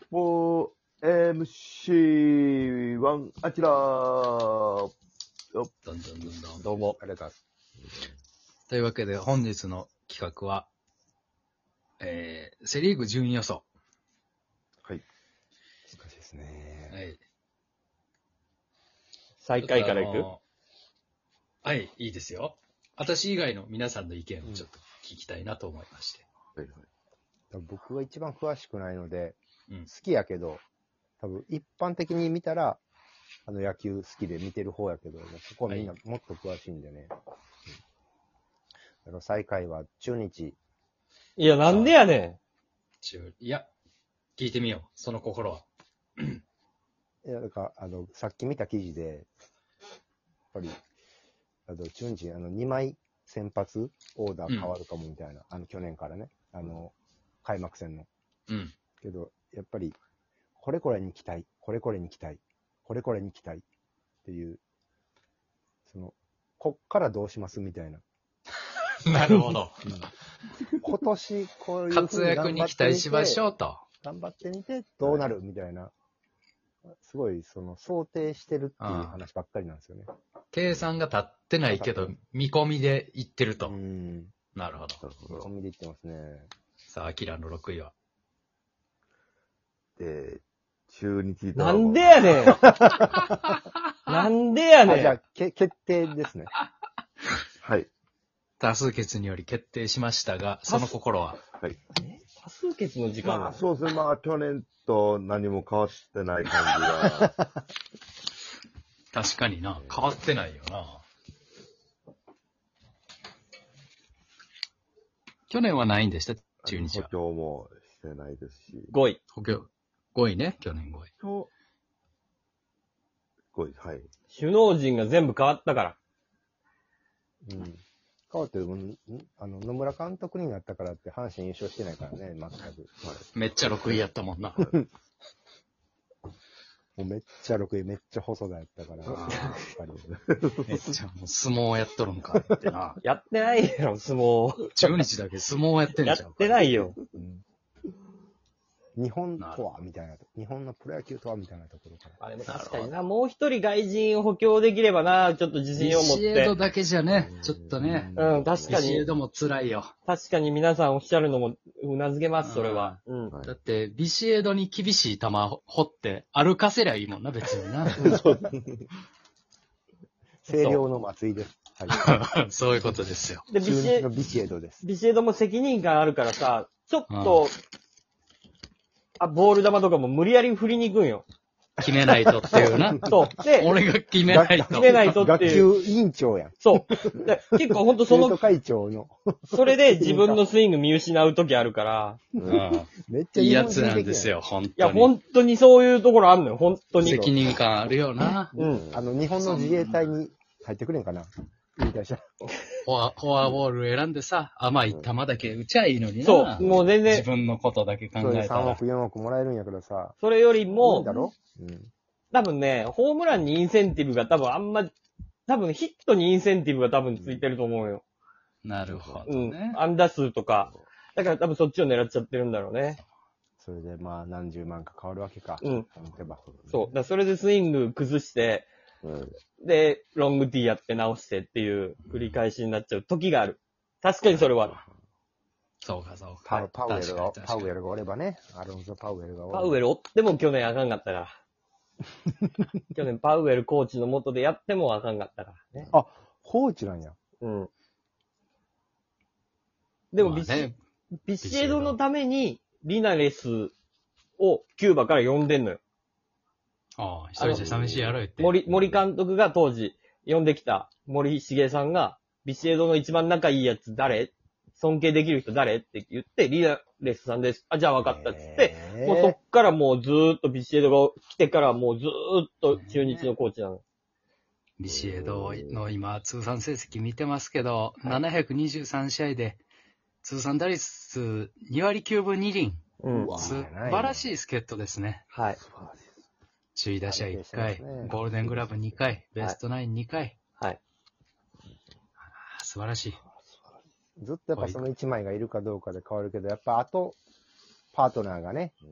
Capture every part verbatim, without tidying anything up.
もう、エムシーワン、アキラー。よっ。 どんどんどんどん。 どうも。 ありがとうございます。 というわけで、本日の企画は、えー、セリーグ順位予想。 はい。 難しいですね。 はい。 最下位からいく、 あのーはい、いいですよ。私以外の皆さんの意見をちょっと聞きたいなと思いまして。 はいはい。 多分僕が一番詳しくないので、 うん好きやけど、多分一般的に見たら、あの野球好きで見てる方やけど、そこはみんなもっと詳しいんでね。あの最下位は中日。 いや、なんでやね中いや、聞いてみよう。その心は。 いや、だから、あの、さっき見た記事で、やっぱり、あの、中日、あの、にまい先発オーダー変わるかもみたいな、あの、去年からね、あの、開幕戦の。 うん。 けど、やっぱり、これこれに期待、これこれに期待、これこれに期待っていう、その、こっからどうしますみたいな。 なるほど。 今年こういう活躍に期待しましょうと。 頑張ってみて、どうなるみたいな。すごい、その、想定してるっていう話ばっかりなんですよね。 計算が立ってないけど、見込みで言ってると。 うん。 なるほど。 なるほど。 見込みで言ってますね。 さあ、アキラのろくいは。 えー、中日ドなラゴンんでやねん。なんでやあ、じゃあね、 け、決定ですね。 はい。 多数決により決定しましたが、その心は。 はい。 ん。多数決の時間まあ、 なのそうですね。まあ、去年と何も変わってない感じが。 確かにな。変わってないよな。去年はないんでした中日は。 補強もしてないですし。 ごい。 補強。ごいね。去年ごい。 と、ごい、はい。 首脳陣が全部変わったから。 うん。変わっても、んあの、野村監督になったからって阪神優勝してないからね、全く。はい。 めっちゃろくいやったもんな。 もうめっちゃろくい、めっちゃ細田やったから、やっあぱり。 めっちゃもう相撲やっとるんかってな。 やってないやろ、相撲。 中日だけ相撲やってんじゃん。 やってないよ。 うん日本とはみたいな、日本のプロ野球とはみたいなところから。 あれも確かにな、もう一人外人を補強できればな、ちょっと自信を持っビシエドて。 だけじゃね、ちょっとね。 うん、確かに、 ビシエドも辛いよ。 確かに皆さんおっしゃるのもうなずけます、それは。うん。 はいだって、ビシエドに厳しい球掘って歩かせりゃいいもんな、別にな。 清涼の松井です。はそういうことですよ。 で、 い。 ビシエ中日のビシエドです。 ビシエドも責任感あるからさ、ちょっと、あ、ボール球とかも無理やり振りに行くんよ。 決めないとっていうな。 そう。で、 俺が決めないと。 決めないとって学いう。 級委員長やん。 そう。で結構ほんとその、 生徒会長の。 それで自分のスイング見失う時あるから。 うんめっちゃいい日本人的やつなんですよ、本当に。 いや、本当にそういうところあんのよ、本当に。 責任感あるよな。 うん。 あの、日本の自衛隊に入ってくれんかな引退したら。 フォア、フォアボール選んでさ、甘い球だけ打ちゃいいのにな。 そう、もう全自然、 分のことだけ考それでさんえたら。 おく、よんおくもらえるんやけどさ。 それよりいいもんだ、ろうん。 多分ね、ホームランにインセンティブが多分あんま、多分ヒットにインセンティブが多分ついてると思うよ。 なるほうん。 どね。 安打数とか。だから多分そっちを狙っちゃってるんだろうね。 それでまあ何十万か変わるわけか。 うん。 例えば。 そう。だからそれでスイング崩して、 うんで、ロングティーやって直してっていう繰り返しになっちゃう時がある。確かにそれはある。 そうか、そうか。 パウパウエルが確かに、確かにパウエルがおればね。アロンソ・パウエルがおれば。 パウエルおっても去年あかんかったから。去年パウエルコーチの下でやってもあかんかったからね。 あ、コーチなんや。 うん。でもビシ、 まあね、 ビシエドのためにリナレスをキューバから呼んでんのよ。 ああ、一人じゃ寂しいやろ言って。 森、森監督が当時呼んできた森重さんが、ビシエドの一番仲いいやつ誰尊敬できる人誰って言って、リナレスさんです。あ、じゃあ分かったっつって、 へーもうそっからもうずーっとビシエドが来てからもうずーっと中日のコーチなの。 ビシエドの今、通算成績見てますけど、ななひゃくにじゅうさん試合で、通算打率にわりきゅうぶにりん。 うん。 わ素晴らしい助っ人ですね。 はい。 首位打者いっかい、 安定してますねゴールデングラブにかい、ベストナインにかい。 はい。 あー素晴らしい。 ずっとやっぱその一枚がいるかどうかで変わるけど、やっぱあと、パートナーがね、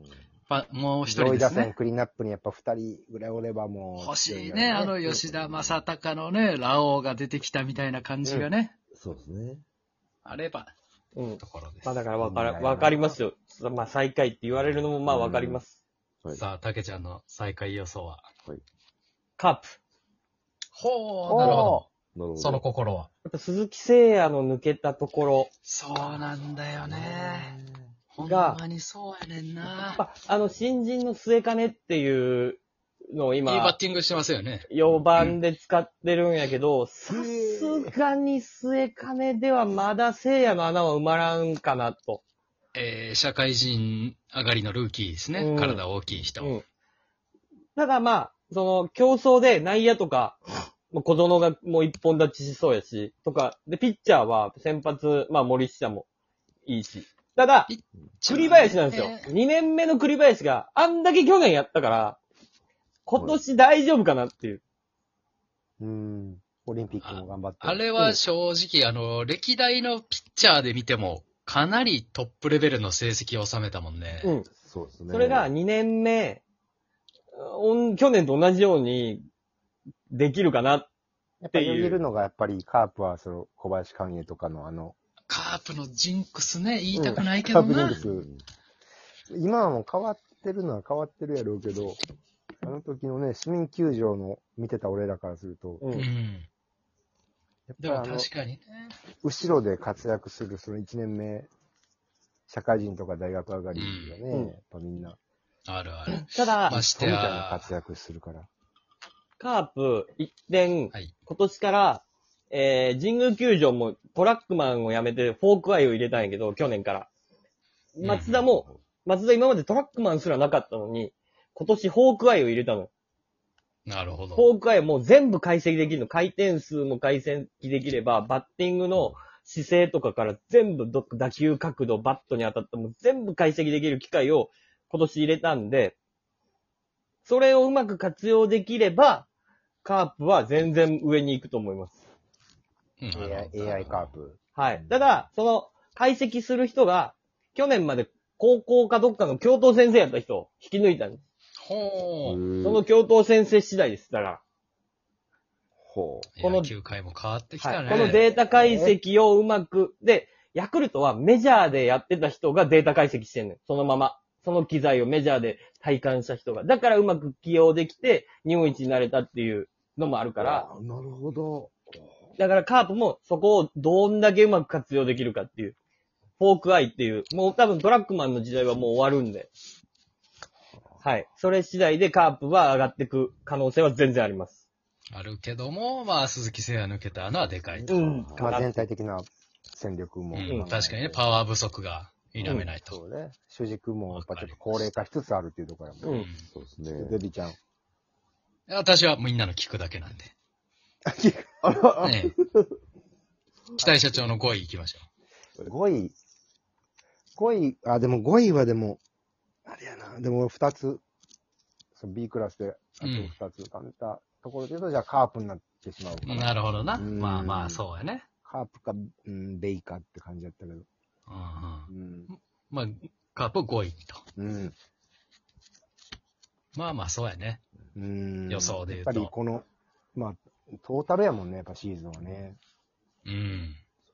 ぱ、もう一人上位打線ですね。 クリーンナップにやっぱ二人ぐらいおればもう。 欲しいね。あの、吉田正尚のね、ラオウが出てきたみたいな感じがね、 そうですね。 あれば、 うん。 ところです。 まあだからわかいやいやら、わかりますよ。まあ最下位って言われるのもまあわかります。 はい。 さあ、たけちゃんの最下位予想は。 カープ。 ほう、なるほど。 なるほど。 その心は。 やっぱ鈴木誠也の抜けたところ。 そうなんだよね。ほんがまにそうやねんやっな。 ぱあの新人の末金っていうのを今、 いいバッティングしてますよね。 よんばんで使ってるんやけど、さすがに末金ではまだ聖夜の穴は埋まらんかなと。 えー、社会人上がりのルーキーですね。 うん体大きい人。 うん。ただまあ、その競争で内野とか、もう小園がもう一本立ちしそうやし、とか、で、ピッチャーは先発、まあ森下もいいし。ただ、栗林なんですよ。にねんめの栗林があんだけ去年やったから、今年大丈夫かなっていう。 うん。オリンピックも頑張って。 あれは正直、あの、歴代のピッチャーで見ても、かなりトップレベルの成績を収めたもんね。 うん。 そうですね。 それがにねんめ、おん去年と同じようにできるかな。 やっぱり言えるのが、やっぱりカープは、その、小林寛永とかのあの、 カープのジンクスね、言いたくないけどな。 カープジンクス。今はもう変わってるのは変わってるやろうけど、あの時のね、市民球場の見てた俺らからすると、 う。 うんん。 やっでもぱりあの、 確かにね。 後ろで活躍するそのいちねんめ、社会人とか大学上がりがね、 うんやっぱみんな、 あるある。 ただ、 ましてそうみたいなや、 活躍するから。 カープ一点、 はい。 今年から、えー、神宮球場もトラックマンをやめてフォークアイを入れたんやけど、去年から。松田も、松田今までトラックマンすらなかったのに、今年フォークアイを入れたの。 なるほど。 フォークアイもう全部解析できるの。回転数も解析できれば、バッティングの姿勢とかから全部ど打球角度、バットに当たっても全部解析できる機械を今年入れたんで、それをうまく活用できれば、カープは全然上に行くと思います。 うんなるエーアイ、 ほどエーアイ カープ。 はい。ただ、その解析する人が、去年まで高校かどっかの教頭先生やった人を引き抜いたんです。 ほう。 その教頭先生次第です。だから。 ほこの野球界も変わってきたね。 はい。このデータ解析をうまく、で、ヤクルトはメジャーでやってた人がデータ解析してんのよ。そのまま。その機材をメジャーで体感した人が。だからうまく起用できて、日本一になれたっていうのもあるう。 から、 あーなるほど。 だからカープもそこをどんだけうまく活用できるかっていう。フォークアイっていう、もう多分トラックマンの時代はもう終わるんで。はい。それ次第でカープは上がっていく可能性は全然あります。 あるけども、まあ、鈴木誠也抜けたのはでかいと。 うん。 まあ全体的な戦力も。 うん、確かにね、パワー不足が否めないと。 そうね。主軸もやっぱちょっと高齢化しつつあるっていうところやもんね。 うん。 そうですね。 デビちゃん。 私はみんなの聞くだけなんで。 あら、 ねえ期待社長のごい行きましょごい。ごい、あ、でもごいはでも、あれやな。でもふたつ、その B クラスで、あとふたつ貯めたところで言うと、じゃあカープになってしまうかう。 な。 なるほどな。 うんまあまあ、そうやね。 カープか、うん、ベイかって感じだったけど。 うんうん、 うん。 まあ、カープごいと。 うん。 まあまあ、そうやね。 うん。 予想で言うとやっぱりこの、まあ、トータルやもんね、やっぱシーズンはね。 うん。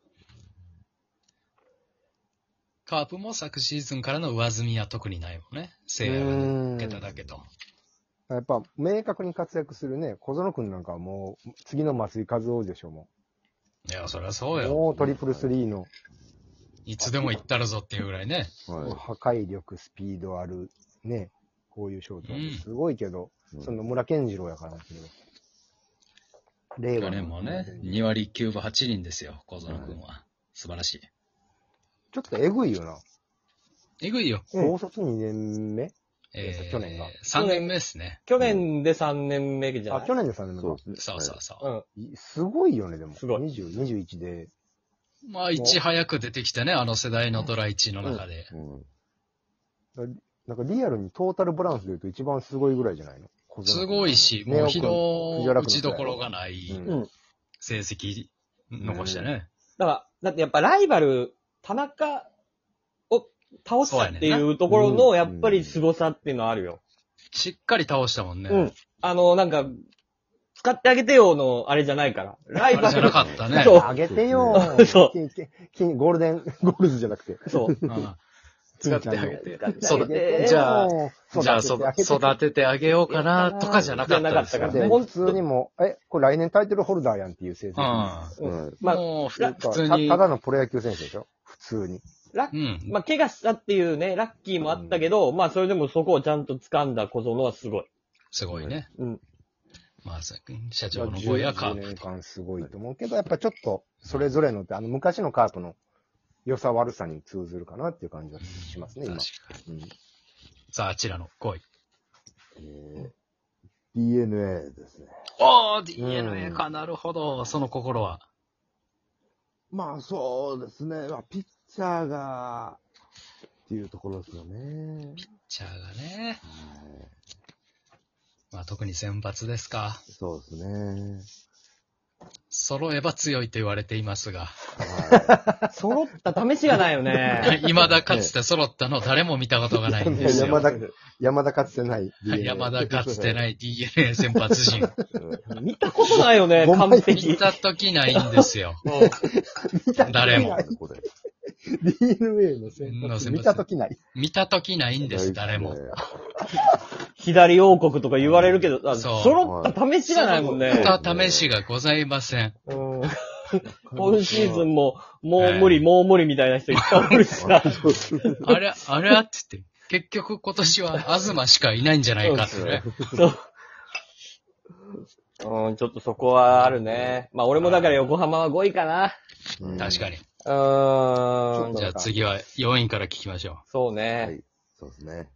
カープも昨シーズンからの上積みは特にないもんね。聖夜が抜けただけと。 やっぱ、明確に活躍するね、小園くんなんかはもう、次の松井和夫でしょ、もいや、そりゃそうう。 よ。 もうトリプルスリーの、 いつでも行ったるぞっていうぐらいね。 は破壊力、スピードある、ね、こういうショートはうんすごいけど、 い。 その村健次郎やからね、令去和の年もね、にわりきゅうぶはちりんですよ、小園君は。素晴らしい。 ちょっとえぐいよな。 えぐいよ。 うん高卒にねんめ、 えー、 去年がさんねんめですね。 去年でさんねんめじゃあ、 ない去年でさんねんめか。 そうですね。 そうそうそう。 うん。 いすごいよね、でも。 すごいにじゅう、にじゅういちで。 まあ、いち早く出てきたね、あの世代のドラいちの中で。 うん。 なんかリアルにトータルバランスで言うと一番すごいぐらいじゃないの？ すごいし、もう、日の打ちどころがないうんうん。 成績残してね。 だから、だってやっぱライバル、田中を倒したっていうところの、やっぱり凄さっていうのはあるよ。 しっかり倒したもんね。 うん。あの、なんか、使ってあげてよの、あれじゃないから。ライバルじゃなかったね。 そう。 あげてよ。 そう金金ゴールデン、ゴールズじゃなくて。 そう。 うん使ってあげて。 使ってあげてじゃあ、じゃあ、そ、育ててあげようかな、とかじゃなかったですからで、 ね。 普通にも、え、これ来年タイトルホルダーやんっていう成績。 うん。 まあ、 もう、普た通に。 ただのプロ野球選手でしょ普通に。 ラッ、 うん。 まあ、怪我したっていうね、ラッキーもあったけど、まあ、それでもそこをちゃんと掴んだ小園はすごい。 すごいね。 うん。 まあ、社長の声やカじゅうープ。 ねんかんすごいと思うけど、やっぱちょっと、それぞれのって、あの、昔のカープの良さ悪さに通ずるかなっていう感じはしますね、今。 確かに。 うん、 さあ、あちらのごい。 えー、ディーエヌエー ですね。 おー、ディーエヌエー か、なるほど。その心は。 まあそうですね。まあ、ピッチャーが、っていうところですよね。 ピッチャーがね。 はい、 まあ特に先発ですか。 そうですね。 揃えば強いと言われていますが。 は揃った試しがないよね。 未だかつて揃ったの誰も見たことがないんですよ。 山田、山田かつてない。 山田かつてない ディーエヌエー 先発陣。 見たことないよね、 ごまい完璧。 見た時ないんですよ。誰も。 い。これ。 ディーエヌエー の先の先発発見たときない。 見た時ないんです、誰も。 左王国とか言われるけど、あそう揃った試しがないもんね。 揃った試しがございません。 うん今シーズンも、もう無理、もう無理みたいな人いっぱいおるしさ。 あれ、あれあって言って、結局今年は東しかいないんじゃないかってね。 そう。うん、ちょっとそこはあるね。まあ俺もだから横浜はごいかな。 確かに。 うーん。 じゃあ次はよんいから聞きましょそうね。 はい。そうですね。